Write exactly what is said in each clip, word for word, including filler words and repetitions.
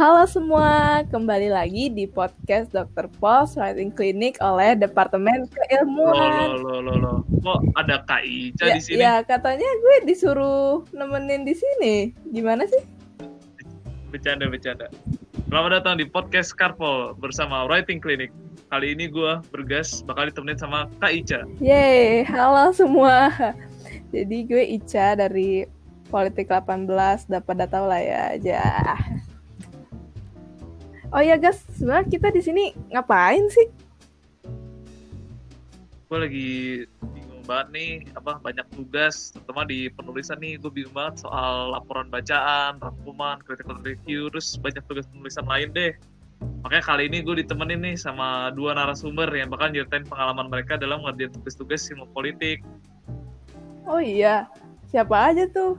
Halo semua, kembali lagi di podcast dokter Pos Writing Clinic oleh Departemen Keilmuan. Loh, loh, loh, loh, kok ada Kak Ica ya, di sini? Ya, katanya gue disuruh nemenin di sini. Gimana sih? Bercanda, bercanda. Selamat datang di podcast Karpol bersama Writing Clinic. Kali ini gue bergas bakal ditemenin sama Kak Ica. Yeay, halo semua. Jadi gue Ica dari Politik delapan belas, dapat tahu lah ya aja. Oh ya guys, sebenarnya kita di sini ngapain sih? Gue lagi bingung banget nih, apa banyak tugas, terutama di penulisan nih. Gue bingung banget soal laporan bacaan, rangkuman, critical review, terus banyak tugas penulisan lain deh. Makanya kali ini gue ditemenin nih sama dua narasumber yang bakal nyeritain pengalaman mereka dalam ngerjain tugas-tugas ilmu politik. Oh iya, siapa aja tuh?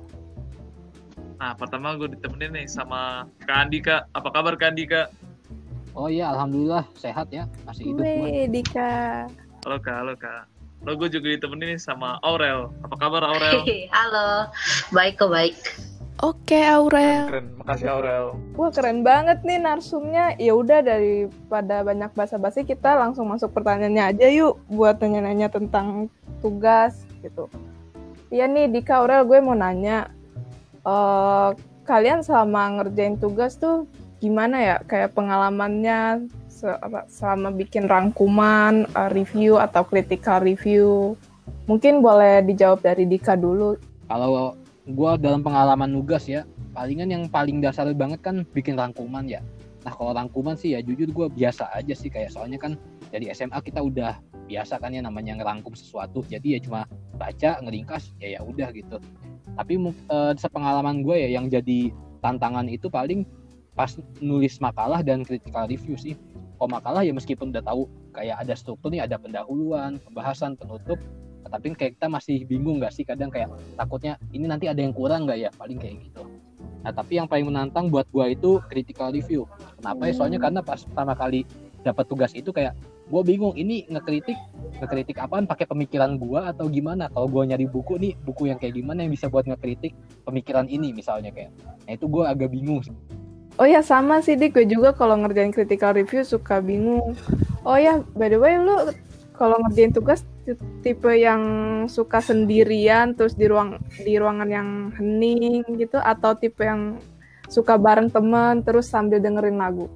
Nah, pertama gue ditemenin nih sama Kak Andika. Apa kabar Kak Andika? Oh iya, alhamdulillah sehat ya, masih hidup gue. Wih, Dika. Halo Kak, halo Kak. Lo gue juga ditemenin nih sama Aurel. Apa kabar Aurel? Halo, baik kok baik. Oke Aurel. Keren, makasih Aurel. Wah keren banget nih narsumnya. Ya udah daripada banyak basa-basi kita langsung masuk pertanyaannya aja yuk buat nanya-nanya tentang tugas gitu. Iya nih Dika Aurel, gue mau nanya. Uh, kalian selama ngerjain tugas tuh gimana ya? Kayak pengalamannya se- apa, selama bikin rangkuman, uh, review atau critical review. Mungkin boleh dijawab dari Dika dulu. Kalau gue dalam pengalaman nugas ya, palingan yang paling dasar banget kan bikin rangkuman ya. Nah kalau rangkuman sih ya jujur gue biasa aja sih, kayak soalnya kan dari S M A kita udah biasa kan ya namanya ngerangkum sesuatu. Jadi ya cuma baca, ngeringkas, ya ya udah gitu. Tapi uh, sepengalaman gue ya yang jadi tantangan itu paling pas nulis makalah dan critical review sih. Kalau makalah ya meskipun udah tahu kayak ada struktur nih, ada pendahuluan, pembahasan, penutup, tapi kayak kita masih bingung nggak sih, kadang kayak takutnya ini nanti ada yang kurang nggak ya, paling kayak gitu. Nah tapi yang paling menantang buat gue itu critical review. Kenapa ya? Soalnya karena pas pertama kali dapat tugas itu kayak gue bingung ini ngekritik ngekritik apaan, pakai pemikiran gue atau gimana. Kalau gue nyari buku nih, buku yang kayak gimana yang bisa buat ngekritik pemikiran ini misalnya kayak. Nah itu gue agak bingung. Oh ya sama sih Dik, gue juga kalau ngerjain critical review suka bingung. Oh ya by the way, lu kalau ngerjain tugas tipe yang suka sendirian terus di ruang di ruangan yang hening gitu, atau tipe yang suka bareng teman terus sambil dengerin lagu?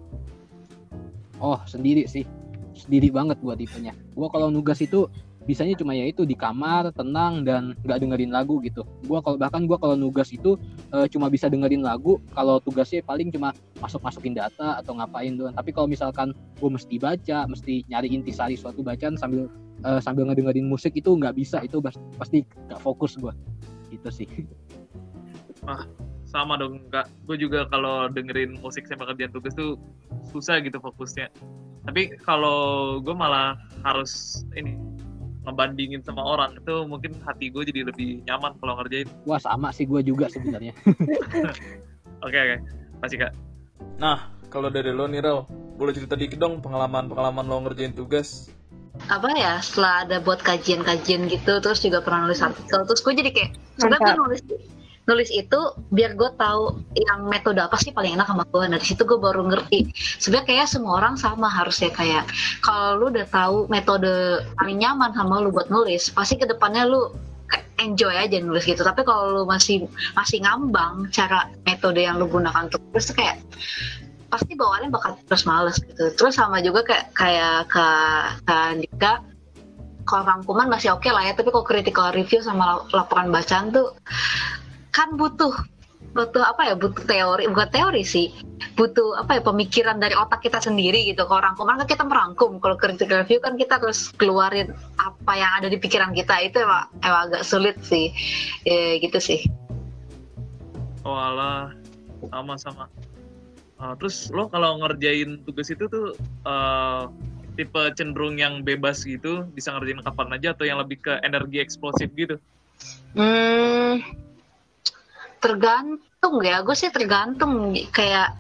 Oh sendiri sih, sendiri banget gue tipenya. Gue kalau nugas itu bisanya cuma ya itu di kamar tenang dan nggak dengerin lagu gitu. Gue kalau bahkan gue kalau nugas itu e, cuma bisa dengerin lagu. Kalau tugasnya paling cuma masuk masukin data atau ngapain doang. Tapi kalau misalkan gue mesti baca, mesti nyari intisari suatu bacaan sambil e, sambil ngedengerin musik itu nggak bisa. Itu pasti nggak fokus gue. Gitu sih. Ah, sama dong Kak. Gue juga kalau dengerin musik sama kerjaan tugas tuh susah gitu fokusnya. Tapi kalau gue malah harus ini ngebandingin sama orang, itu mungkin hati gue jadi lebih nyaman kalau ngerjain. Wah sama sih gue juga sebenarnya. Oke oke, makasih Kak. Nah kalau dari lo nih Rel, boleh cerita dikit dong pengalaman-pengalaman lo ngerjain tugas? Apa ya, setelah ada buat kajian-kajian gitu, terus juga pernah nulis artikel, terus gue jadi kayak sebenarnya gue nulis nulis itu biar gue tahu yang metode apa sih paling enak sama gue. Nah dari situ gue baru ngerti sebenarnya kayak semua orang sama harusnya, kayak kalau lu udah tahu metode paling nyaman sama lu buat nulis, pasti kedepannya lu enjoy aja nulis gitu. Tapi kalau lu masih masih ngambang cara metode yang lu gunakan untuk nulis, kayak pasti bawaannya bakal terus males gitu. Terus sama juga kayak kayak ke Andika, kalau rangkuman masih oke okay lah ya, tapi kalau critical review sama laporan bacaan tuh kan butuh butuh apa ya, butuh teori, bukan teori sih, butuh apa ya, pemikiran dari otak kita sendiri gitu. Kalau rangkuman kan kita merangkum, kalau critical review kan kita harus keluarin apa yang ada di pikiran kita. Itu emang, emang agak sulit sih e, gitu sih. Oh alah, sama-sama. Uh, terus lo kalau ngerjain tugas itu tuh uh, tipe cenderung yang bebas gitu, bisa ngerjain kapan aja, atau yang lebih ke energi eksplosif gitu? Hmm, tergantung ya, gue sih tergantung, kayak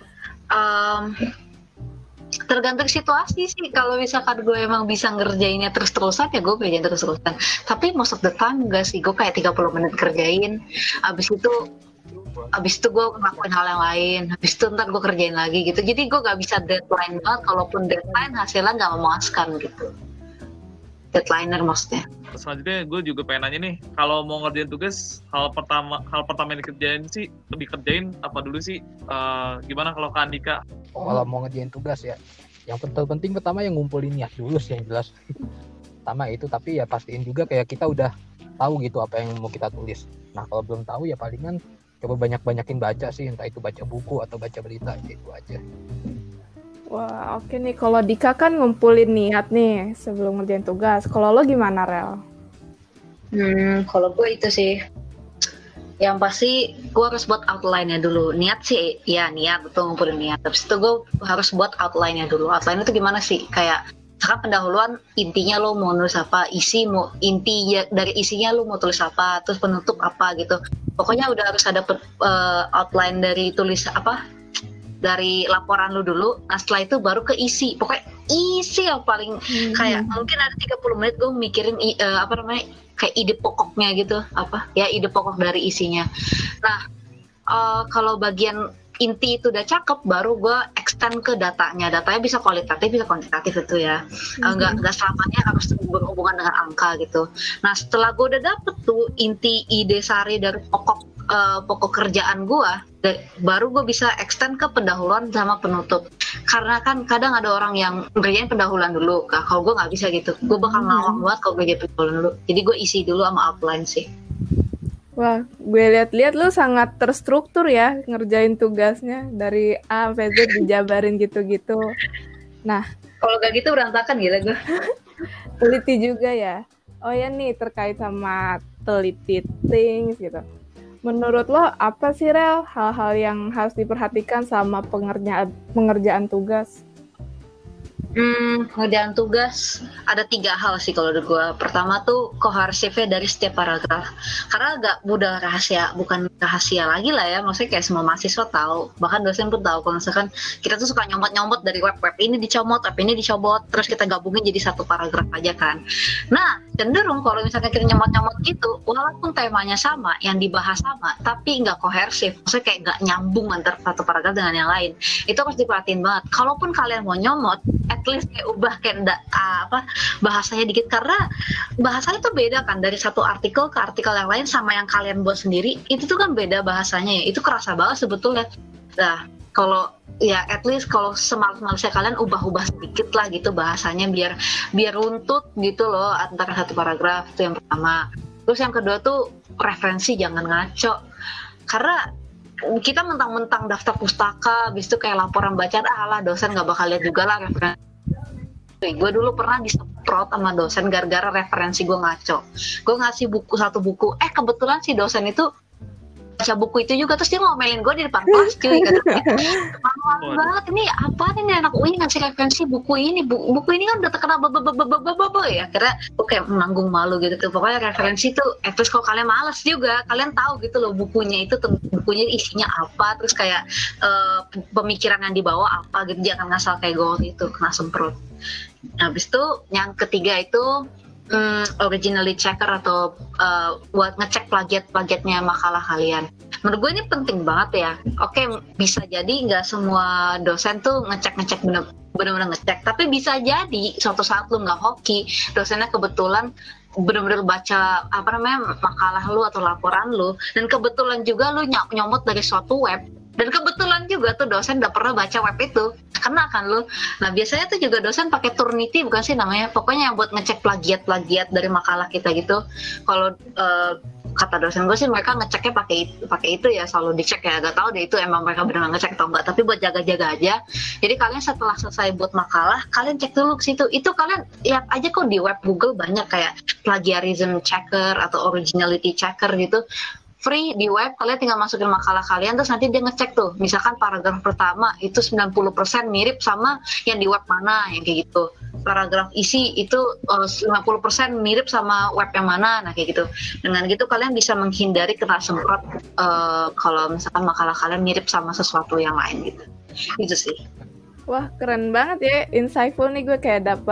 um, tergantung situasi sih. Kalau misalkan gue emang bisa ngerjainnya terus-terusan ya gue kerjain terus-terusan. Tapi most of the time enggak sih, gue kayak tiga puluh menit kerjain, abis itu abis itu gue ngelakuin hal yang lain, habis itu ntar gue kerjain lagi gitu. Jadi gue gak bisa deadline banget, kalaupun deadline hasilnya gak memuaskan gitu. Deadliner maksudnya. Selanjutnya gue juga pengen nanya nih, kalau mau ngerjain tugas, hal pertama hal pertama yang dikerjain sih, dikerjain apa dulu sih? Uh, gimana kalau Kak Andika? Kalau mau ngerjain tugas ya, yang penting pertama yang ngumpulin niat dulu sih yang jelas. Pertama itu, tapi ya pastiin juga kayak kita udah tahu gitu apa yang mau kita tulis. Nah kalau belum tahu ya palingan coba banyak-banyakin baca sih, entah itu baca buku atau baca berita, gitu aja. Wah, oke nih. Kalau Dika kan ngumpulin niat nih sebelum ngerjain tugas. Kalau lo gimana, Rel? Hmm, kalau gue itu sih, yang pasti gue harus buat outline-nya dulu. Niat sih, ya niat betul ngumpulin niat. Terus itu gue harus buat outline-nya dulu. Outline itu gimana sih? Kayak misalkan pendahuluan, intinya lo mau nulis apa, isi mau inti ya, dari isinya lo mau tulis apa, terus penutup apa gitu. Pokoknya udah harus ada uh, outline dari tulis apa, dari laporan lu dulu. Nah setelah itu baru ke isi. Pokoknya isi yang paling hmm. kayak mungkin ada tiga puluh menit gue mikirin uh, apa namanya kayak ide pokoknya gitu, apa ya ide pokok dari isinya. Nah uh, kalau bagian inti itu udah cakep, baru gue extend ke datanya. Datanya bisa kualitatif, bisa kuantitatif itu ya. Mm-hmm. Nggak nggak selamanya harus berhubungan dengan angka gitu. Nah setelah gue udah dapet tuh inti ide sari dari pokok uh, pokok kerjaan gue, baru gue bisa extend ke pendahuluan sama penutup. Karena kan kadang ada orang yang ngerjain pendahuluan dulu. Nah, kalau gue nggak bisa gitu, gue bakal ngawang banget kalau ngerjain pendahuluan dulu. Jadi gue isi dulu sama outline sih. Wah, gue lihat-lihat lu sangat terstruktur ya ngerjain tugasnya dari A sampai Z dijabarin gitu-gitu. Nah, kalau gak gitu berantakan gila gue. Teliti juga ya. Oh ya nih terkait sama teliti things gitu. Menurut lo apa sih Rel hal-hal yang harus diperhatikan sama pengerjaan pengerjaan tugas? Hmm, pengerjaan tugas ada tiga hal sih kalau menurut gue. Pertama tuh kohersifnya dari setiap paragraf. Karena agak mudah rahasia, bukan rahasia lagi lah ya. Maksudnya kayak semua mahasiswa tahu, bahkan dosen pun tahu. Kalau misalkan kita tuh suka nyomot-nyomot dari web-web ini dicomot, web ini dicomot, terus kita gabungin jadi satu paragraf aja kan. Nah, cenderung kalau misalkan kita nyomot-nyomot gitu, walaupun temanya sama, yang dibahas sama, tapi nggak kohersif. Maksudnya kayak nggak nyambung antara satu paragraf dengan yang lain. Itu harus diperhatiin banget. Kalaupun kalian mau nyomot, at least kayak ubah kayak da, apa bahasanya dikit, karena bahasanya tuh beda kan dari satu artikel ke artikel yang lain sama yang kalian buat sendiri. Itu tuh kan beda bahasanya ya. Itu kerasa banget sebetulnya. Nah, kalau ya at least kalau semalas-malasnya kalian ubah-ubah sedikit lah gitu bahasanya biar biar runtut gitu loh antara satu paragraf. Itu yang pertama. Terus yang kedua tuh referensi, jangan ngaco. Karena kita mentang-mentang daftar pustaka, habis itu kayak laporan bacaan, ah lah dosen nggak bakal lihat juga lah referensi. Gue dulu pernah disemprot sama dosen gara-gara referensi gue ngaco. Gue ngasih buku satu buku, eh kebetulan si dosen itu baca buku itu juga, terus dia ngomelin gue di depan kelas cuy, katanya malu banget, ini apa ini anak U I ngasih referensi buku ini, buku, buku ini kan udah terkenal bababababababab ya. Karena gue kayak menanggung malu gitu tuh. Pokoknya referensi tuh, eh terus kalau kalian malas juga, kalian tahu gitu loh bukunya itu, bukunya isinya apa, terus kayak uh, pemikiran yang dibawa apa gitu, jangan ngasal kayak gue itu kena semprot. Nah, habis itu yang ketiga itu Hmm, originally checker atau uh, buat ngecek plagiat-plagiatnya makalah kalian. Menurut gue ini penting banget ya. Oke, bisa jadi nggak semua dosen tuh ngecek-ngecek bener-bener ngecek, tapi bisa jadi suatu saat lu nggak hoki, dosennya kebetulan bener-bener baca apa namanya makalah lu atau laporan lu, dan kebetulan juga lu nyomot dari suatu web. Dan kebetulan juga tuh dosen udah pernah baca web itu, kena kan lu. Nah biasanya tuh juga dosen pakai Turnitin bukan sih namanya, pokoknya yang buat ngecek plagiat-plagiat dari makalah kita gitu. Kalau uh, kata dosen gue sih mereka ngeceknya pakai pakai itu ya, selalu dicek ya. Gak tahu deh itu emang mereka benar ngecek atau enggak, tapi buat jaga-jaga aja. Jadi kalian setelah selesai buat makalah, kalian cek dulu ke situ. Itu kalian lihat aja kok di web Google banyak kayak plagiarism checker atau originality checker gitu. Free di web, kalian tinggal masukin makalah kalian, terus nanti dia ngecek tuh, misalkan paragraf pertama itu sembilan puluh persen mirip sama yang di web mana, yang kayak gitu. Paragraf isi itu uh, lima puluh persen mirip sama web yang mana, nah kayak gitu. Dengan gitu kalian bisa menghindari kena semprot uh, kalau misalkan makalah kalian mirip sama sesuatu yang lain gitu. Itu sih. Wah, keren banget ya, insightful nih, gue kayak dapat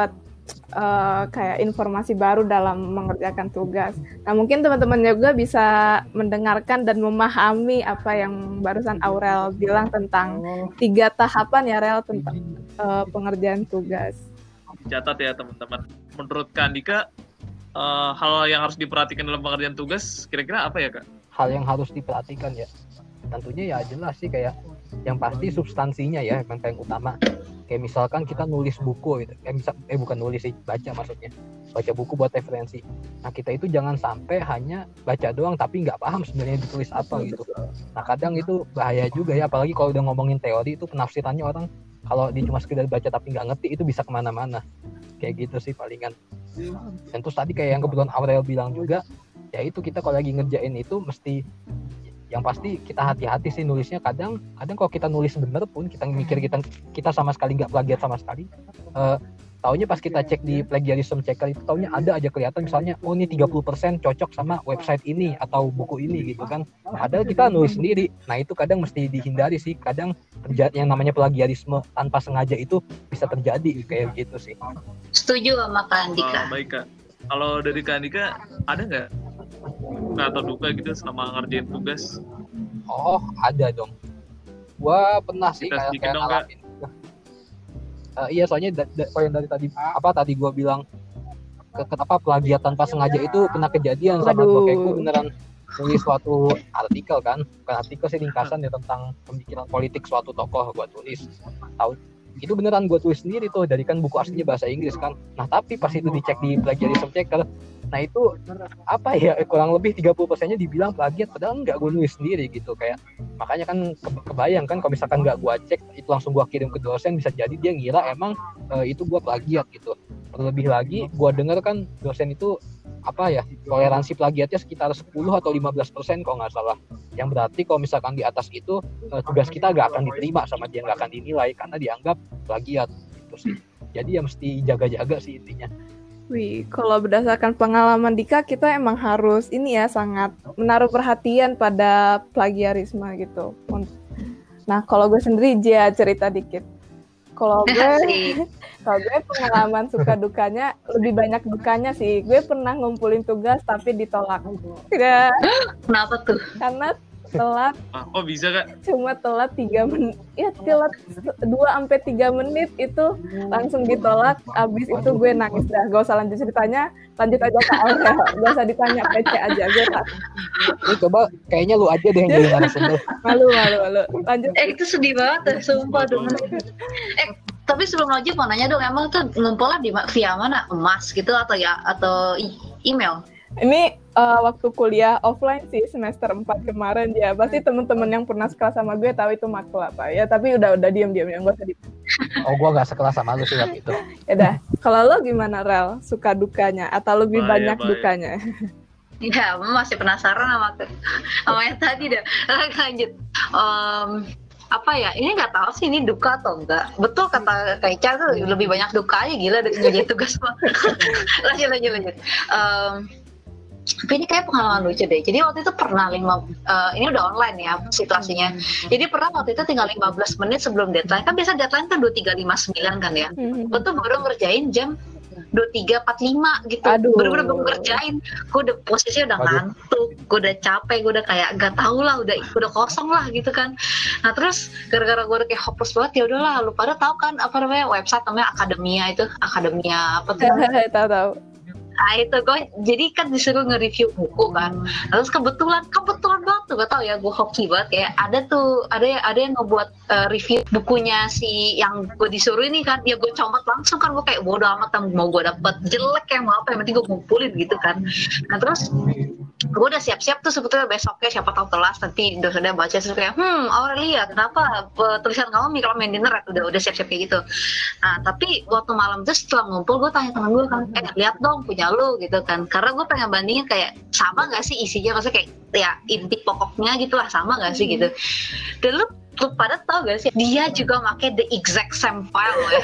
uh, kayak informasi baru dalam mengerjakan tugas. Nah mungkin teman-teman juga bisa mendengarkan dan memahami apa yang barusan Aurel bilang tentang tiga tahapan ya Rel tentang uh, pengerjaan tugas. Catat ya teman-teman. Menurut Kak Andika, uh, hal yang harus diperhatikan dalam pengerjaan tugas kira-kira apa ya Kak? Hal yang harus diperhatikan ya, tentunya ya jelas sih kayak yang pasti substansinya ya yang paling utama. Kayak misalkan kita nulis buku gitu, kayak misal, eh bukan nulis sih, baca maksudnya, baca buku buat referensi. Nah kita itu jangan sampai hanya baca doang tapi nggak paham sebenarnya ditulis apa gitu. Nah kadang itu bahaya juga ya, apalagi kalau udah ngomongin teori itu penafsirannya orang kalau dia cuma sekedar baca tapi nggak ngerti itu bisa kemana-mana. Kayak gitu sih palingan. Dan terus tadi kayak yang kebetulan Aurel bilang juga, ya itu kita kalau lagi ngerjain itu mesti yang pasti kita hati-hati sih nulisnya. Kadang kadang kalau kita nulis bener pun kita mikir kita kita sama sekali nggak plagiat sama sekali, uh, taunya pas kita cek di plagiarism checker itu taunya ada aja kelihatan misalnya oh ini tiga puluh persen cocok sama website ini atau buku ini gitu kan, padahal kita nulis sendiri. Nah itu kadang mesti dihindari sih, kadang terjadi yang namanya plagiarisme tanpa sengaja itu bisa terjadi kayak gitu sih. Setuju sama Kak Andika. Uh, baik Kak, kalau dari Kak Andika ada nggak suka atau duka gitu selama ngerjain tugas? Oh ada dong, gua pernah sih Kita kayak sedikit kayak dong, ngalamin. Uh, iya soalnya da- da- kalau yang dari tadi apa tadi gua bilang ke, kenapa plagiat tanpa sengaja itu pernah kejadian sama gua. Kayak gua beneran nulis suatu artikel kan, bukan artikel sih, ringkasan ya tentang pemikiran politik suatu tokoh gua tulis. Tahu itu beneran gue tulis sendiri tuh, dari kan buku aslinya bahasa Inggris kan. Nah tapi pas itu dicek di plagiarism checker, nah itu apa ya, kurang lebih tiga puluh persennya dibilang plagiat, padahal nggak gue nulis sendiri gitu. Kayak makanya kan ke- kebayang kan kalau misalkan nggak gue cek itu langsung gue kirim ke dosen, bisa jadi dia ngira emang uh, itu gue plagiat gitu. Terlebih lagi gue denger kan dosen itu apa ya, toleransi plagiatnya sekitar sepuluh atau lima belas persen kalau nggak salah. Yang berarti kalau misalkan di atas itu uh, tugas kita nggak akan diterima sama dia, nggak akan dinilai karena dianggap plagiat gitu sih. Jadi ya mesti jaga-jaga sih intinya. Wih, kalau berdasarkan pengalaman Dika, kita emang harus ini ya, sangat menaruh perhatian pada plagiarisme gitu. Nah, kalau gue sendiri, Jia cerita dikit. Kalau gue, kalau gue pengalaman suka dukanya, lebih banyak dukanya sih. Gue pernah ngumpulin tugas tapi ditolak. Tidak. Kenapa tuh? Karena telat. Ah, kok bisa Kak? Cuma telat tiga menit, ya telat dua sampai tiga menit itu langsung ditolak. Abis itu gue nangis dah, gak usah lanjut ceritanya, lanjut aja ke Aurel, gak usah ditanya, P C aja, gue tak. Ini coba kayaknya lu aja deh yang jadi narasumber. Malu, malu, malu, lanjut. Eh itu sedih banget tuh, sumpah dong. Eh tapi sebelum lanjut mau nanya dong, emang tuh ngumpulnya di via mana? Emas gitu atau ya atau i- email? Ini uh, waktu kuliah offline sih, semester empat kemarin ya. Pasti teman-teman yang pernah sekelas sama gue tahu itu matkul apa ya. Tapi udah udah diam-diam yang gak usah di. Oh gua nggak sekelas sama lu sih waktu itu. Ya dah. Kalau lo gimana Rel? Suka dukanya atau lebih Bahaya, banyak bahaya. dukanya? Ya, masih penasaran sama sama yang tadi dah. Lanjut. Um, apa ya? Ini nggak tahu sih ini duka atau enggak. Betul kata Kak Ica tuh lebih banyak dukanya, gila dari ngerjain tugas mah. lanjut lanjut lanjut. Um, tapi ini kayak pengalaman lucu deh. Jadi waktu itu pernah lima, uh, ini udah online ya situasinya. Jadi pernah waktu itu tinggal lima belas menit sebelum deadline. Kan biasa deadline kan dua puluh tiga lima puluh sembilan kan ya. Gue tuh baru ngerjain jam dua puluh tiga empat puluh lima gitu. Aduh. Bener-bener gue ngerjain. Gue udah posisinya udah Aduh. ngantuk, gue udah capek, gue udah kayak gak tau lah, udah udah kosong lah gitu kan. Nah terus gara-gara gue udah kayak hopeless banget, ya udahlah, lu pada tahu kan apa namanya website namanya Akademia itu, Akademia apa tuh? Tahu-tahu. Nah itu gue jadi kan disuruh nge-review buku kan. Terus kebetulan kebetulan banget tuh, gak tau ya, gue hoki banget kayak ada tuh ada yang ada yang ngebuat uh, review bukunya si yang gue disuruh ini kan. Ya gue comot langsung kan, gue kayak bodo amat mau gue dapet jelek kayak mau apa, yang penting gue ngumpulin gitu kan. Nah terus gue udah siap-siap tuh sebetulnya besoknya siapa tahu kelas nanti udah sudah baca terus kayak hmm Aurelia kenapa uh, tulisan kamu mikro main dinner udah udah siap-siap kayak gitu. Nah tapi waktu malam itu setelah ngumpul gue tanya teman gue kan, eh lihat dong punya lu gitu kan, karena gue pengen bandingin kayak sama nggak sih isinya, maksudnya kayak ya inti pokoknya gitulah sama nggak sih gitu. Dan lu lu pada tau gak sih dia juga pakai the exact same file ya.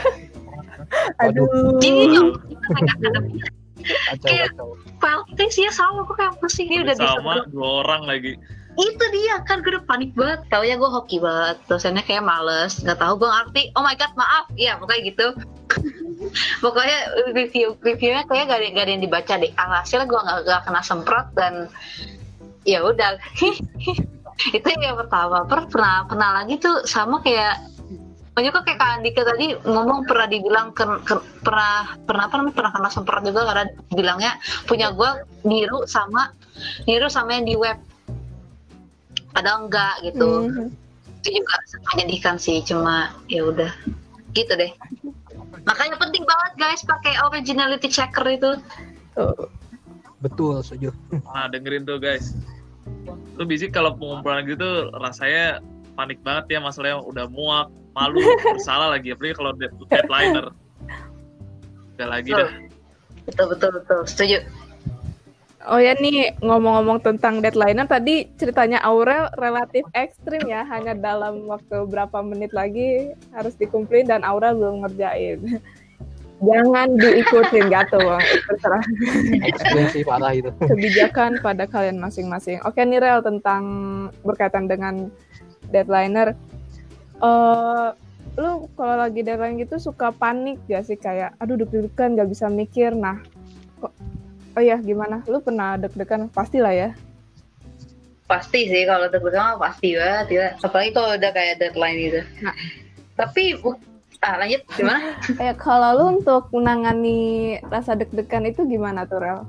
Aduh. Jadi yang ada ada Kacau, kayak kacau. file kita isinya sama, kok kayak apa sih ini udah Sama disuruh. dua orang lagi. Itu dia kan, gue udah panik banget. Taunya gue hoki banget, dosennya kayak males, nggak tahu gue ngerti. Oh my god maaf, iya pokoknya gitu. Pokoknya review reviewnya kayak gak, ada- gak ada yang dibaca deh. Alhasil gue nggak nggak kena semprot dan ya udah. Itu yang pertama. Per- pernah pernah lagi tuh sama kayak Pokoknya kok kayak Kak Andika tadi ngomong pernah dibilang ke, ke- pernah pernah apa namanya pernah kena semprot juga karena bilangnya punya gue niru sama niru sama yang di web. Padahal enggak gitu. Hmm. Itu juga menyedihkan sih, cuma ya udah gitu deh. Makanya penting banget guys pakai originality checker itu. Tuh. Betul, setuju. Nah, dengerin tuh guys. Tuh bisi kalau pengumpulan gitu rasanya panik banget ya, masalahnya udah muak, malu, bersalah lagi, apalagi kalau dead- deadliner. Udah lagi dah. Betul betul betul setuju. Oh ya nih, ngomong-ngomong tentang deadliner, tadi ceritanya Aurel relatif ekstrim ya, hanya dalam waktu berapa menit lagi harus dikumpulin dan Aurel belum ngerjain. Jangan diikutin, gak tuh Bang. Terserah. Ekstrim sih parah itu. Kebijakan pada kalian masing-masing. Oke nih Rel, tentang berkaitan dengan deadliner. Eh, lu kalau lagi deadline gitu suka panik gak sih, kayak aduh deg-degan gak bisa mikir. Nah, kok oh iya gimana? Lu pernah deg-degan? Pastilah ya. Pasti sih kalau deg-degan mah pasti banget ya. Apalagi kalau udah kayak deadline gitu. Nah. Tapi bu- ah lanjut gimana? Kayak kalau lu untuk menangani rasa deg-degan itu gimana tuh Rel?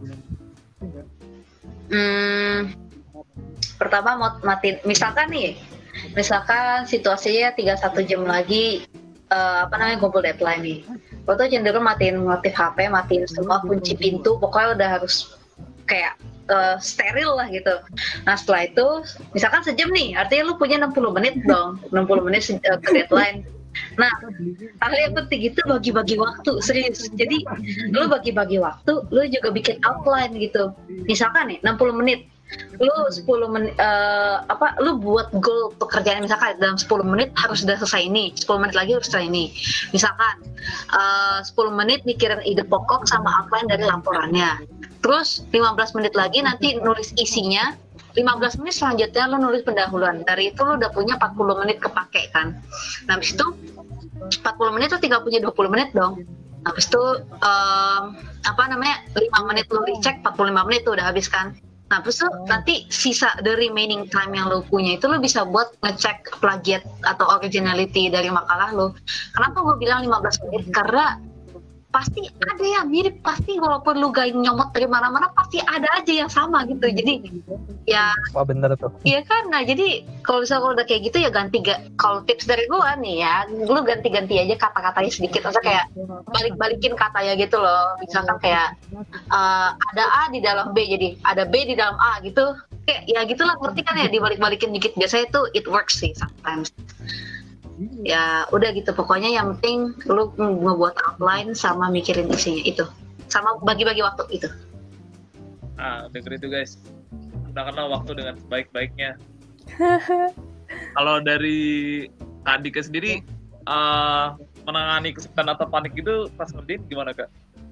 Hmm, pertama mau mati misalkan nih misalkan situasinya tinggal satu jam lagi eh, apa namanya kumpul deadline nih, lo tuh cenderung matiin notif H P, matiin semua, kunci pintu, pokoknya udah harus kayak eh, steril lah gitu. Nah setelah itu misalkan sejam nih, artinya lu punya enam puluh menit dong, enam puluh menit se- eh, ke deadline. Nah hal yang penting itu bagi-bagi waktu, serius. Jadi lu bagi-bagi waktu, lu juga bikin outline gitu. Misalkan nih enam puluh menit, lu sepuluh menit eh, apa lu buat goal pekerjaan, misalkan dalam sepuluh menit harus sudah selesai ini, sepuluh menit lagi harus selesai ini. Misalkan eh, sepuluh menit mikirin ide pokok sama outline dari laporannya. Terus lima belas menit lagi nanti nulis isinya. lima belas menit selanjutnya lu nulis pendahuluan. Dari itu lu udah punya empat puluh menit kepake kan. Nah, habis itu empat puluh menit tuh tinggal punya dua puluh menit dong. Habis itu um, apa namanya lima menit lu recheck, empat puluh lima menit tuh udah habis kan. Nah, terus tuh nanti sisa the remaining time yang lu punya itu lu bisa buat ngecek plagiat atau originality dari makalah lu. Kenapa gue bilang lima belas menit? Karena pasti ada yang mirip, pasti walaupun lu gak nyomot dari mana-mana pasti ada aja yang sama gitu. Jadi ya Wah bener tuh. iya kan. Nah jadi kalau misalnya kalau udah kayak gitu ya ganti ga, kalau tips dari gua nih ya, lu ganti-ganti aja kata-katanya sedikit, maksudnya kayak balik-balikin katanya gitu loh. Misalkan kayak eh, ada A di dalam B, jadi ada B di dalam A gitu. Kayak ya gitulah, ngerti kan ya, dibalik-balikin dikit. Biasanya itu it works sih sometimes. Ya udah gitu, pokoknya yang penting lu ngebuat outline sama mikirin isinya itu, sama bagi-bagi waktu itu. Nah, dengerin itu guys. Gunakanlah waktu dengan sebaik-baiknya. Kalau dari Kak Andika sendiri, eh, menangani kesulitan atau panik gitu pas ngerjain gimana Kak?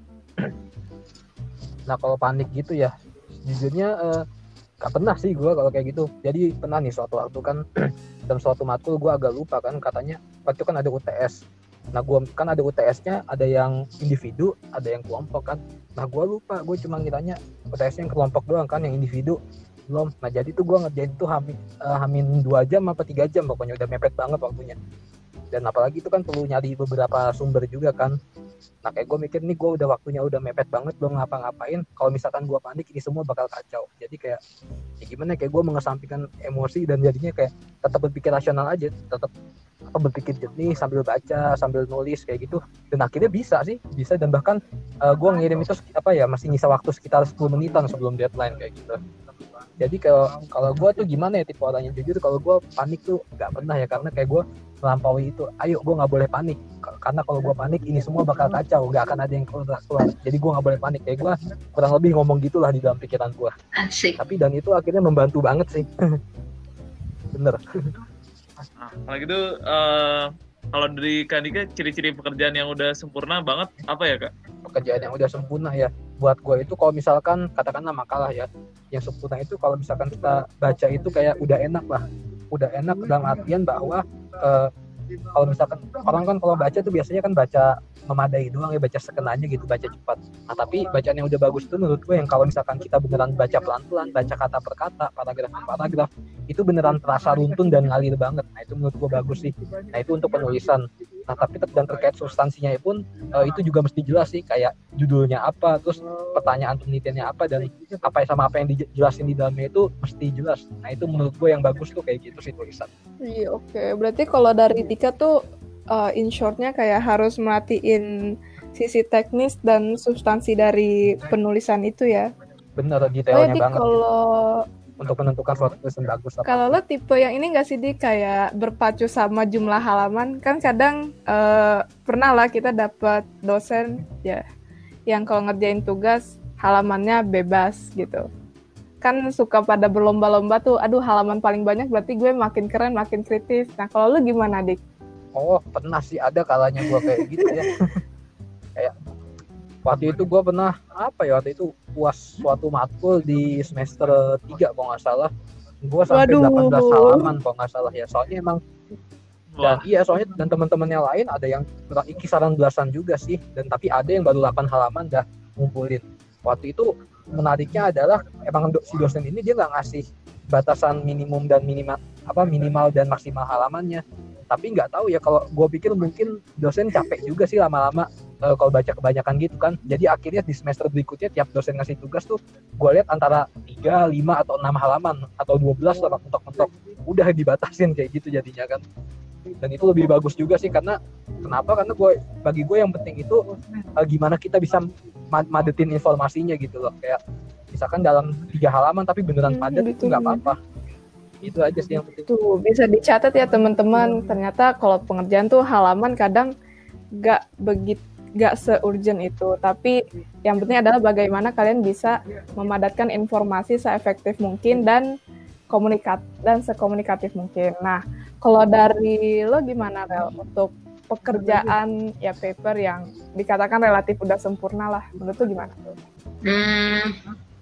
Nah kalau panik gitu ya, jujurnya eh, gak pernah sih gue kalau kayak gitu. Jadi pernah nih suatu waktu kan dalam suatu matkul gue agak lupa kan, katanya waktu itu kan ada U T S. Nah gue kan ada U T S-nya, ada yang individu, ada yang kelompok kan. Nah gue lupa, gue cuma ngiranya U T S-nya yang kelompok doang kan, yang individu belum. Nah jadi tuh gue ngerjain tuh hamin, uh, hamin dua jam apa tiga jam, pokoknya udah mepet banget waktunya. Dan apalagi itu kan perlu nyari beberapa sumber juga kan. Nah kayak gue mikir nih, gue udah waktunya udah mepet banget, belum ngapa-ngapain. Kalau misalkan gue panik, ini semua bakal kacau. Jadi kayak ya gimana, kayak gue mengesampingkan emosi dan jadinya kayak tetap berpikir rasional aja, tetap apa berpikir jernih sambil baca, sambil nulis kayak gitu. Dan akhirnya bisa sih, bisa. Dan bahkan uh, gue ngirim itu apa ya, masih nyisa waktu sekitar sepuluh menitan sebelum deadline kayak gitu. Jadi kalau kalau gue tuh gimana ya, tipe orangnya jujur, kalau gue panik tuh nggak pernah ya, karena kayak gue melampaui itu. Ayo, gue nggak boleh panik, karena kalau gue panik ini semua bakal kacau, nggak akan ada yang keluar. Jadi gue nggak boleh panik, kayak gue kurang lebih ngomong gitulah di dalam pikiran gue. Asik. Tapi dan itu akhirnya membantu banget sih. Bener. Nah, kalau gitu, eh, kalau dari Kak Andika, ciri-ciri pekerjaan yang udah sempurna banget apa ya Kak? Pekerjaan yang udah sempurna ya buat gue itu kalau misalkan katakanlah makalah ya, yang sempurna itu kalau misalkan kita baca itu kayak udah enak lah, udah enak dalam artian bahwa eh, kalau misalkan orang kan kalau baca tuh biasanya kan baca memadai doang ya, baca sekenanya gitu, baca cepat. Nah tapi bacaan yang udah bagus itu menurut gue yang kalau misalkan kita beneran baca pelan-pelan, baca kata per kata, paragraf per paragraf, itu beneran terasa runtun dan ngalir banget. Nah itu menurut gue bagus sih. Nah itu untuk penulisan. Nah tapi dan terkait substansinya pun uh, itu juga mesti jelas sih, kayak judulnya apa, terus pertanyaan penelitiannya apa, dan apa sama apa yang dijelasin di dalamnya itu mesti jelas. Nah itu menurut gue yang bagus tuh kayak gitu sih tulisan. Iya oke, okay. Berarti kalau dari Dika tuh uh, in shortnya kayak harus merhatiin sisi teknis dan substansi dari penulisan itu ya. Bener, detailnya oh, banget kalau gitu. Untuk menentukan suatu tulisan bagus apa. Kalau lo tipe yang ini nggak sih di kayak berpacu sama jumlah halaman, kan kadang uh, pernah lah kita dapat dosen ya yang kalau ngerjain tugas halamannya bebas gitu, kan suka pada berlomba-lomba tuh, aduh halaman paling banyak berarti gue makin keren, makin kritis. Nah kalau lo gimana Dik? Oh pernah sih, ada kalanya gue kayak gitu ya. Kayak waktu itu gue pernah apa ya waktu itu puas suatu matkul di semester tiga kalau nggak salah, gue sampai Waduh. delapan belas halaman kalau nggak salah ya, soalnya emang dan Wah. iya soalnya dan teman-temannya lain ada yang kisaran belasan juga sih, dan tapi ada yang baru delapan halaman dah ngumpulin. Waktu itu menariknya adalah emang si dosen ini dia nggak ngasih batasan minimum dan minimal apa minimal dan maksimal halamannya, tapi nggak tahu ya, kalau gue pikir mungkin dosen capek juga sih lama-lama uh, kalau baca kebanyakan gitu kan. Jadi akhirnya di semester berikutnya tiap dosen ngasih tugas tuh gue lihat antara tiga, lima atau enam halaman atau dua belas lah mentok-mentok, udah dibatasin kayak gitu jadinya kan. Dan itu lebih bagus juga sih, karena kenapa? Karena gue bagi gue yang penting itu uh, gimana kita bisa madetin informasinya gitu loh, kayak misalkan dalam tiga halaman tapi beneran padat hmm, itu nggak apa-apa. Itu aja sih yang penting. Tuh bisa dicatat ya teman-teman. Ternyata kalau pengerjaan tuh halaman kadang nggak begitu, nggak se-urgent itu. Tapi yang penting adalah bagaimana kalian bisa memadatkan informasi seefektif mungkin dan komunikat dan sekomunikatif mungkin. Nah, kalau dari lo gimana Rel untuk pekerjaan ya paper yang dikatakan relatif udah sempurna lah, menurut lo gimana? Hmm.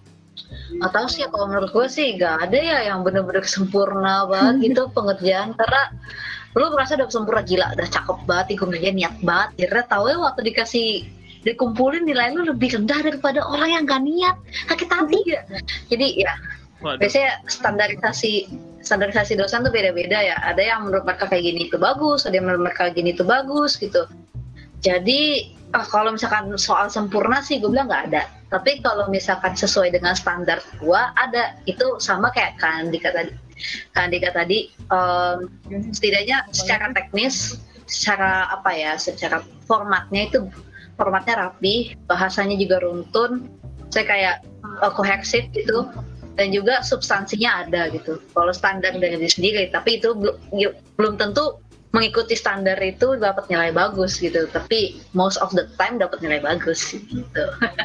Atau sih kalau menurut gue sih gak ada ya yang bener-bener sempurna banget gitu pengerjaan, karena lu merasa udah sempurna, gila udah cakep banget, ikutannya niat banget, kira tahu ya waktu dikasih dikumpulin nilai lu lebih rendah daripada orang yang gak niat, sakit hati ya. Jadi ya Waduh. Biasanya standarisasi standarisasi dosen tuh beda-beda ya, ada yang menurut mereka kayak gini itu bagus, ada yang menurut mereka gini itu bagus gitu. Jadi ah, kalau misalkan soal sempurna sih gue bilang nggak ada. Tapi kalau misalkan sesuai dengan standar gue ada, itu sama kayak Kak Andika tadi. Kak Andika tadi um, setidaknya secara teknis, secara apa ya, secara formatnya itu formatnya rapi, bahasanya juga runtun, saya kayak uh, kohesif gitu, dan juga substansinya ada gitu. Kalau standar dari diri sendiri, tapi itu belum belum tentu mengikuti standar itu dapat nilai bagus gitu, tapi most of the time dapat nilai bagus gitu.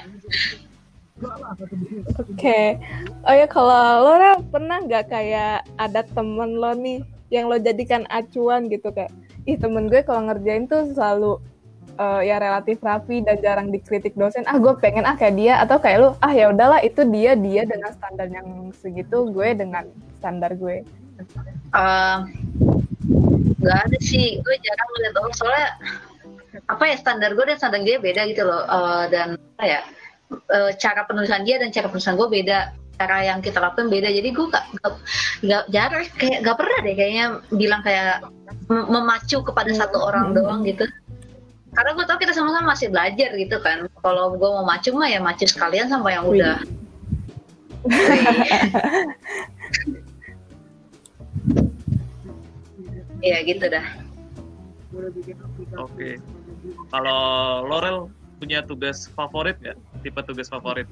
Oke, okay. Oh ya kalau lo pernah nggak kayak ada temen lo nih yang lo jadikan acuan gitu, kayak ih temen gue kalau ngerjain tuh selalu uh, ya relatif rapi dan jarang dikritik dosen, ah gue pengen ah kayak dia, atau kayak lo ah ya udahlah itu dia dia dengan standar yang segitu, gue dengan standar gue. Uh, Gak ada sih, gue jarang ngeliat orang, soalnya apa ya, standar gue dan standar dia beda gitu loh, uh, dan apa ya, uh, cara penulisan dia dan cara penulisan gue beda, cara yang kita lakukan beda, jadi gue gak, gak, gak jarang, kayak gak pernah deh kayaknya bilang kayak mem- memacu kepada satu orang doang gitu, karena gue tau kita sama-sama masih belajar gitu kan. Kalau gue mau macu mah ya macu sekalian sama yang udah. Iya gitu dah. Oke. Kalau Laurel punya tugas favorit nggak? Tipe tugas favorit?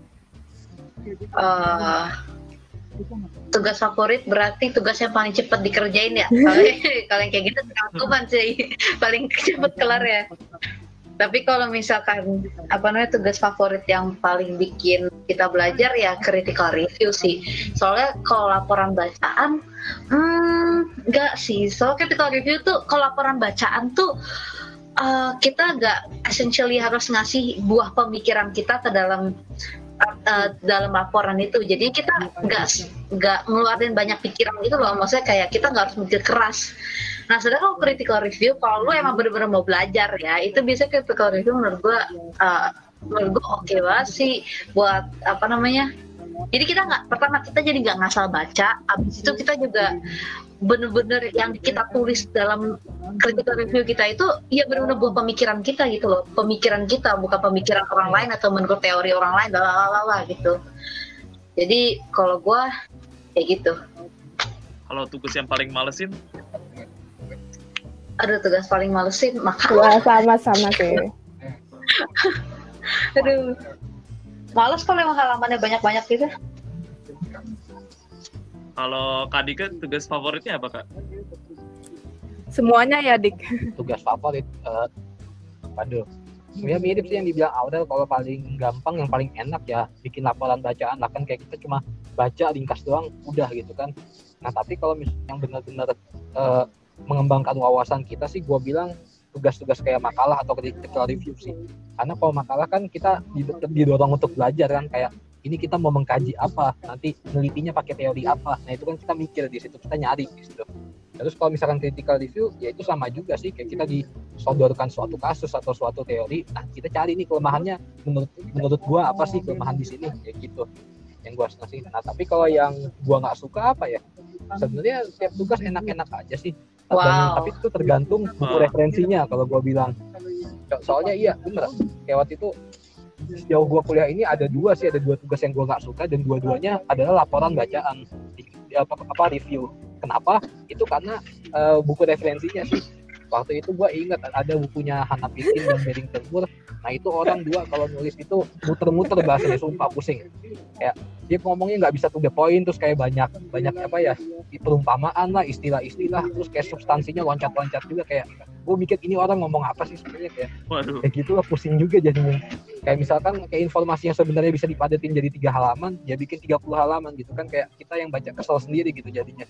Uh, tugas favorit berarti tugas yang paling cepat dikerjain ya. Kalau yang kayak gitu rangkuman sih paling cepat kelar ya. Tapi kalau misalkan apa namanya tugas favorit yang paling bikin kita belajar ya critical review sih. Soalnya kalau laporan bacaan, hmm, enggak sih. Soalnya critical review tuh kalau laporan bacaan tuh uh, kita enggak essentially harus ngasih buah pemikiran kita ke dalam uh, dalam laporan itu. Jadi kita enggak enggak ngeluarin banyak pikiran gitu loh. Maksudnya kayak kita enggak harus mikir keras. Nah, sedangkan kalau critical review, kalau lu emang bener-bener mau belajar ya, itu biasanya critical review menurut gue, uh, menurut gue oke okay banget sih buat apa namanya. Jadi kita nggak, pertama kita jadi nggak ngasal baca, abis itu kita juga bener-bener yang kita tulis dalam critical review kita itu, ya bener-bener buat pemikiran kita gitu loh, pemikiran kita, bukan pemikiran orang lain atau menurut teori orang lain, lalala gitu. Jadi kalau gue kayak gitu. Kalau tugas yang paling malesin? Aduh, tugas paling malesin makan. Wah, sama-sama sih. Aduh, males kalau emang halamannya banyak-banyak gitu. Kalau Kak Dika, tugas favoritnya apa, Kak? Semuanya ya, Dik. Tugas favorit, uh, waduh, sebenarnya mirip sih yang dibilang Aurel. Kalau paling gampang, yang paling enak ya bikin laporan bacaan lah, kan kayak kita cuma baca ringkas doang udah gitu kan. Nah tapi kalau misalnya yang benar-benar uh, mengembangkan wawasan kita sih, gue bilang tugas-tugas kayak makalah atau critical review sih. Karena kalau makalah kan kita didorong untuk belajar kan, kayak ini kita mau mengkaji apa, nanti nelitinya pakai teori apa. Nah itu kan kita mikir di situ, kita nyari di situ. Terus kalau misalkan critical review, ya itu sama juga sih, kayak kita disodorkan suatu kasus atau suatu teori, nah kita cari nih kelemahannya, menurut menurut gua apa sih kelemahan di sini, kayak gitu yang gua suka sih. Nah tapi kalau yang gua nggak suka apa ya, sebenarnya setiap tugas enak-enak aja sih. Wow. Dan, tapi itu tergantung buku referensinya kalau gua bilang. Soalnya iya bener, kayak waktu itu sejauh gua kuliah ini ada dua sih, ada dua tugas yang gua nggak suka, dan dua-duanya adalah laporan bacaan, di, di, apa, apa review. Kenapa? Itu karena uh, buku referensinya sih. Waktu itu gue ingat ada bukunya Hannah Pikin dan Barrington Moore. Nah itu orang dua kalau nulis itu muter-muter bahasanya, sumpah pusing. Kayak dia ngomongnya nggak bisa to the point, terus kayak banyak banyak apa ya, perumpamaan lah, istilah-istilah, terus kayak substansinya loncat-loncat juga. Kayak gue mikir ini orang ngomong apa sih sebenarnya, kayak Waduh. kayak gitu lah, pusing juga jadinya. Kayak misalkan kayak informasi yang sebenarnya bisa dipadatin jadi tiga halaman, ya bikin tiga puluh halaman gitu kan, kayak kita yang baca kesel sendiri gitu jadinya.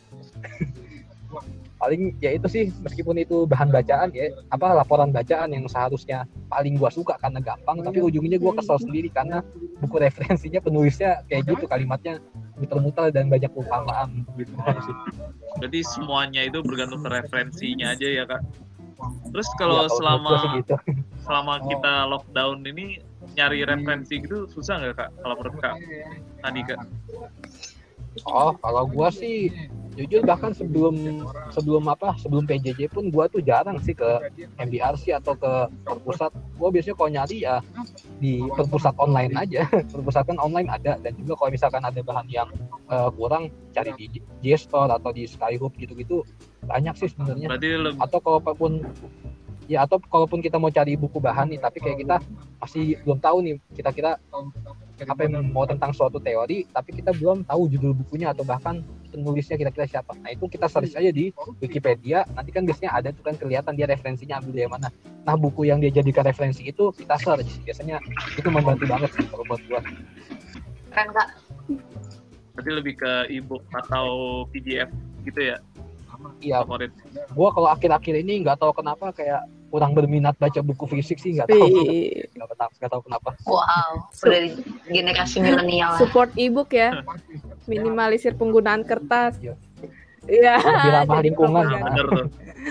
Paling ya itu sih, meskipun itu bahan bacaan ya, apa laporan bacaan yang seharusnya paling gua suka karena gampang, tapi ujungnya gua kesel sendiri karena buku referensinya penulisnya kayak gitu, kalimatnya muter-muter dan banyak perumpamaan gitu sih. Berarti semuanya itu bergantung ke referensinya aja ya, Kak. Terus kalau Ya, kalau selama menurut gua sih gitu. selama kita lockdown ini nyari referensi gitu susah nggak, Kak? Kalau menurut Kak Andika? Oh, kalau gua sih jujur bahkan sebelum sebelum apa sebelum P J J pun gua tuh jarang sih ke M B R C atau ke perpusat. Gua biasanya kalau nyari ya di perpusat online aja. Perpusat kan online ada, dan juga kalau misalkan ada bahan yang uh, kurang, cari di JSTOR atau di Skyhook gitu-gitu banyak sih sebenarnya. Berarti lebih Atau kalaupun ya atau kalaupun kita mau cari buku bahan nih, tapi kayak kita masih belum tahu nih kira-kira apa yang mau tentang suatu teori, tapi kita belum tahu judul bukunya atau bahkan penulisnya kira-kira siapa. Nah itu kita search aja di Wikipedia, nanti kan biasanya ada tuh kan kelihatan dia referensinya ambil dari mana. Nah buku yang dia jadikan referensi itu kita search, biasanya itu membantu banget sih kalau buat gua. Keren Kak. berarti lebih ke e-book atau P D F gitu ya Iya, favorit. gua kalau akhir-akhir ini nggak tahu kenapa kayak kurang berminat baca buku fisik sih, nggak tahu Wih. nggak tahu nggak tahu kenapa. Wow, udah di generasi milenial lah. Support ebook ya, minimalisir penggunaan kertas. Iya. Iya. Lebih ramah jadi lingkungan. propaganda. Bener tuh.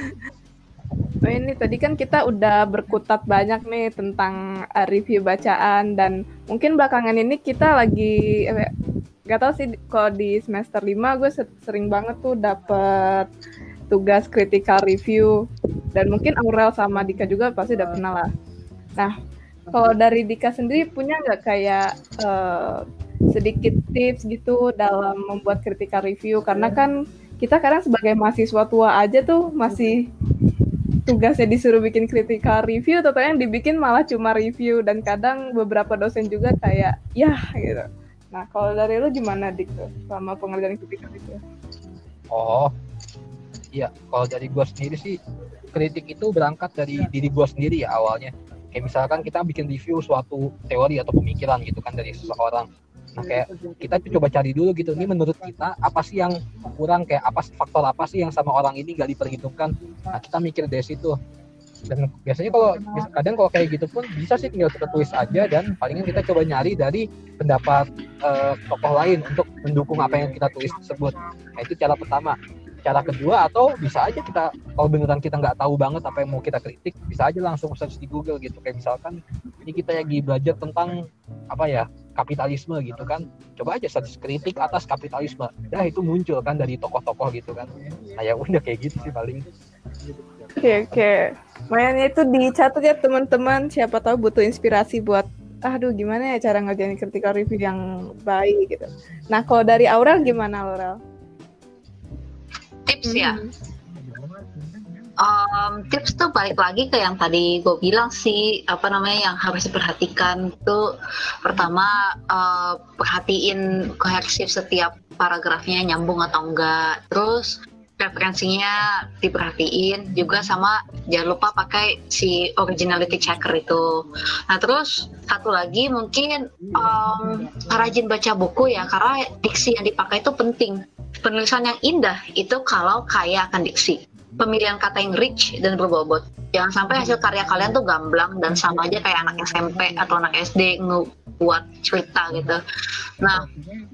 Oh, ini tadi kan kita udah berkutat banyak nih tentang uh, review bacaan, dan mungkin belakangan ini kita lagi eh, gak tau sih, kalau di semester lima gue sering banget tuh dapet tugas critical review, dan mungkin Aurel sama Dika juga pasti udah pernah lah. Nah, kalau dari Dika sendiri punya nggak kayak uh, sedikit tips gitu dalam membuat critical review? Karena kan kita kadang sebagai mahasiswa tua aja tuh masih tugasnya disuruh bikin critical review, atau yang dibikin malah cuma review, dan kadang beberapa dosen juga kayak ya gitu. Nah, kalau dari lu gimana Dik tuh sama pengerjaan critical review? Oh, iya. Kalau dari gue sendiri sih, kritik itu berangkat dari diri gue sendiri ya awalnya. Kayak misalkan kita bikin review suatu teori atau pemikiran gitu kan dari seseorang. Nah kayak kita tuh coba cari dulu gitu, ini menurut kita apa sih yang kurang, kayak apa faktor apa sih yang sama orang ini gak diperhitungkan. Nah kita mikir dari situ. Dan biasanya kalau kadang kalau kayak gitu pun bisa sih tinggal kita tulis aja, dan palingan kita coba nyari dari pendapat uh, tokoh lain untuk mendukung apa yang kita tulis tersebut. Nah itu cara pertama. cara kedua, atau bisa aja kita kalau beneran kita nggak tahu banget apa yang mau kita kritik, bisa aja langsung search di Google gitu. Kayak misalkan ini kita lagi belajar tentang apa ya, kapitalisme gitu kan, coba aja search kritik atas kapitalisme, dah itu muncul kan dari tokoh-tokoh gitu kan. Nah ya udah kayak gitu sih paling. Oke oke, makanya itu dicatat ya teman-teman, siapa tahu butuh inspirasi buat aduh gimana ya cara ngerjain critical review yang baik gitu. Nah kalau dari Aurel gimana Aurel? Tips ya. Hmm. Um, tips tuh balik lagi ke yang tadi gue bilang sih, apa namanya yang harus diperhatikan tuh pertama uh, perhatiin kohersif setiap paragrafnya nyambung atau enggak, terus referensinya diperhatiin juga, sama jangan lupa pakai si originality checker itu. Nah terus satu lagi mungkin um, rajin baca buku ya, karena diksi yang dipakai itu penting. Penulisan yang indah itu kalau kaya akan diksi, pemilihan kata yang rich dan berbobot. Jangan sampai hasil karya kalian tuh gamblang dan sama aja kayak anak S M P atau anak S D ngebuat cerita gitu. Nah,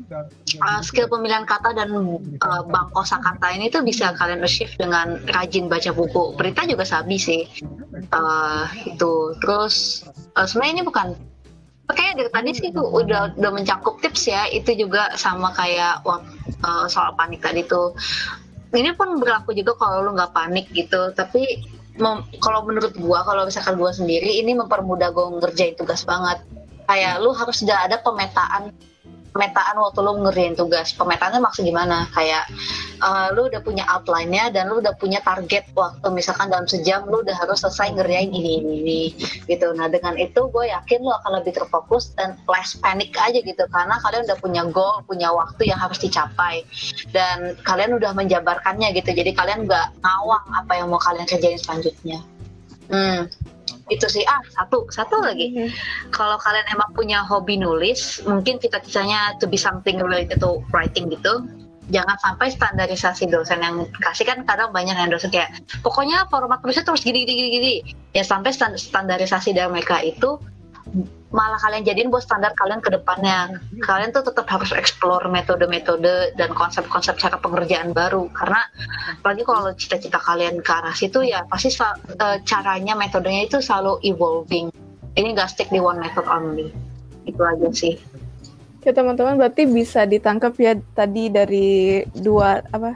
uh, skill pemilihan kata dan uh, bank kosakata ini tuh bisa kalian achieve dengan rajin baca buku. Berita juga sabi sih. Uh, itu. Terus uh, sebenarnya ini bukan, kayaknya dari tadi sih tuh udah udah mencakup tips ya. Itu juga sama kayak uh, soal panik tadi tuh. Ini pun berlaku juga kalau lu nggak panik gitu, tapi mem- kalau menurut gua, kalau misalkan gua sendiri ini mempermudah gua ngerjain tugas banget. Kayak lu harus sudah ada pemetaan pemetaan waktu lu ngerjain tugas. Pemetaannya maksud gimana? Kayak uh, lu udah punya outline-nya dan lu udah punya target waktu, misalkan dalam sejam lu udah harus selesai ngerjain ini ini, ini gitu. Nah dengan itu gue yakin lu akan lebih terfokus dan less panic aja gitu, karena kalian udah punya goal, punya waktu yang harus dicapai dan kalian udah menjabarkannya gitu. Jadi kalian nggak ngawang apa yang mau kalian kerjain selanjutnya. Hmm. Itu sih. Ah satu satu lagi, mm-hmm. Kalau kalian emang punya hobi nulis, mungkin cita-citanya to be something related to writing gitu, jangan sampai standarisasi dosen yang kasih, kan kadang banyak yang dosen kayak pokoknya format tulisnya terus gini gini gini gini ya, sampai stand- standarisasi dari mereka itu malah kalian jadiin buat standar kalian ke depannya. Kalian tuh tetap harus explore metode-metode dan konsep-konsep cara pengerjaan baru, karena apalagi kalau cita-cita kalian ke arah situ ya pasti sel- uh, caranya, metodenya itu selalu evolving. Ini gak stick di one method only. Itu aja sih. Oke teman-teman, berarti bisa ditangkap ya tadi dari dua apa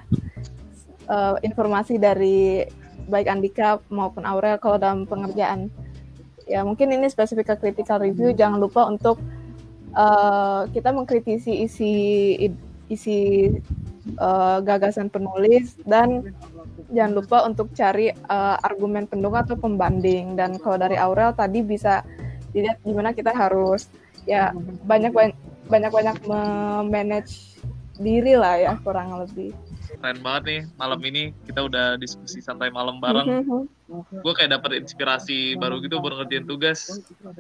uh, informasi dari baik Andika maupun Aurel kalau dalam pengerjaan. Ya mungkin ini spesifik ke critical review, jangan lupa untuk uh, kita mengkritisi isi isi uh, gagasan penulis, dan jangan lupa untuk cari uh, argumen pendukung atau pembanding. Dan kalau dari Aurel tadi bisa dilihat gimana kita harus ya banyak banyak banyak memanage diri lah ya, kurang lebih. Keren banget nih, malam ini kita udah diskusi santai malam bareng. Gue kayak dapet inspirasi baru gitu buat ngerjain tugas.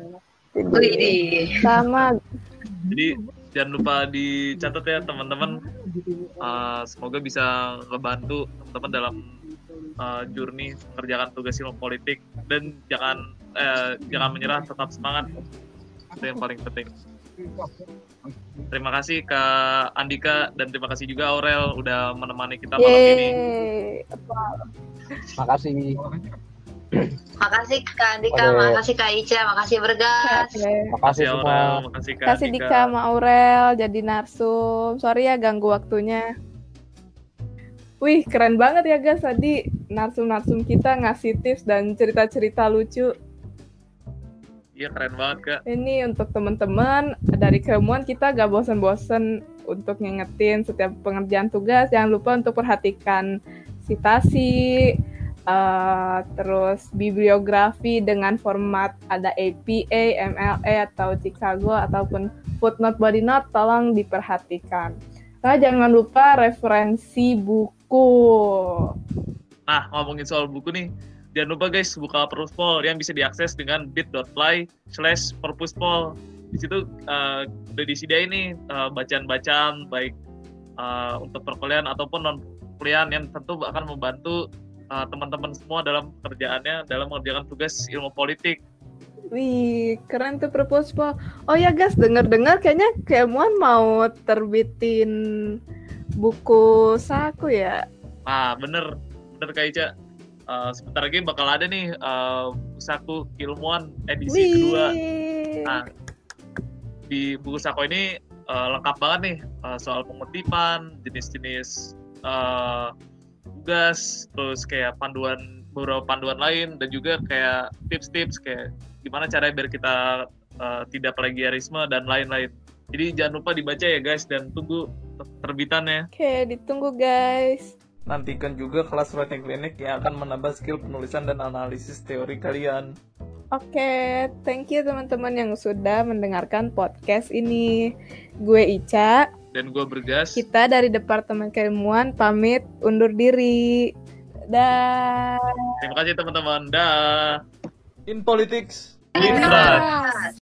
Sama. Jadi jangan lupa dicatat ya teman-teman. Uh, semoga bisa ngebantu teman-teman dalam uh, journey mengerjakan tugas ilmu politik, dan jangan eh, jangan menyerah, tetap semangat. Itu yang paling penting. Terima kasih Kak Andika dan terima kasih juga Aurel udah menemani kita malam Yeay. ini. Makasih. Makasih Kak Andika, Oke. makasih Kak Ica, makasih Bergas. Oke. Makasih Aurel, semua. makasih Kak Kasih Andika. Dika sama Aurel jadi narsum. Sorry ya ganggu waktunya. Wih, keren banget ya guys, tadi narsum-narsum kita ngasih tips dan cerita-cerita lucu. Iya keren banget Kak. Ini untuk teman-teman dari keilmuan, kita gak bosan-bosan untuk ngingetin setiap pengerjaan tugas. Jangan lupa untuk perhatikan citasi, uh, terus bibliografi dengan format ada A P A, M L A atau Chicago ataupun footnote body note, tolong diperhatikan. Nah, jangan lupa referensi buku. Nah ngomongin soal buku nih, jangan lupa guys buka Perpuspol yang bisa diakses dengan bit.ly slash perpuspol. Di situ uh, udah disediain nih uh, bacaan-bacaan baik uh, untuk perkuliahan ataupun non perkuliahan yang tentu akan membantu uh, teman-teman semua dalam pekerjaannya dalam mengerjakan tugas ilmu politik. Wih, keren tuh Perpuspol. Oh ya guys, dengar-dengar kayaknya keilmuan mau terbitin buku saku ya. Nah, bener, bener Kak Ica. Uh, sebentar lagi bakal ada nih uh, Saku Keilmuan edisi Wih. kedua. Nah, di buku Saku ini uh, lengkap banget nih uh, soal pengutipan, jenis-jenis uh, tugas, terus kayak panduan beberapa panduan lain, dan juga kayak tips-tips kayak gimana caranya biar kita uh, tidak plagiarisme dan lain-lain. Jadi jangan lupa dibaca ya guys, dan tunggu terbitannya. Oke, ditunggu guys. Nantikan juga kelas writing clinic yang akan menambah skill penulisan dan analisis teori kalian. Oke, thank you teman-teman yang sudah mendengarkan podcast ini. Gue Ica. Dan gue Bergas. Kita dari Departemen Keilmuan pamit undur diri. Dah. Terima kasih teman-teman. Dah. In politics. Lintas.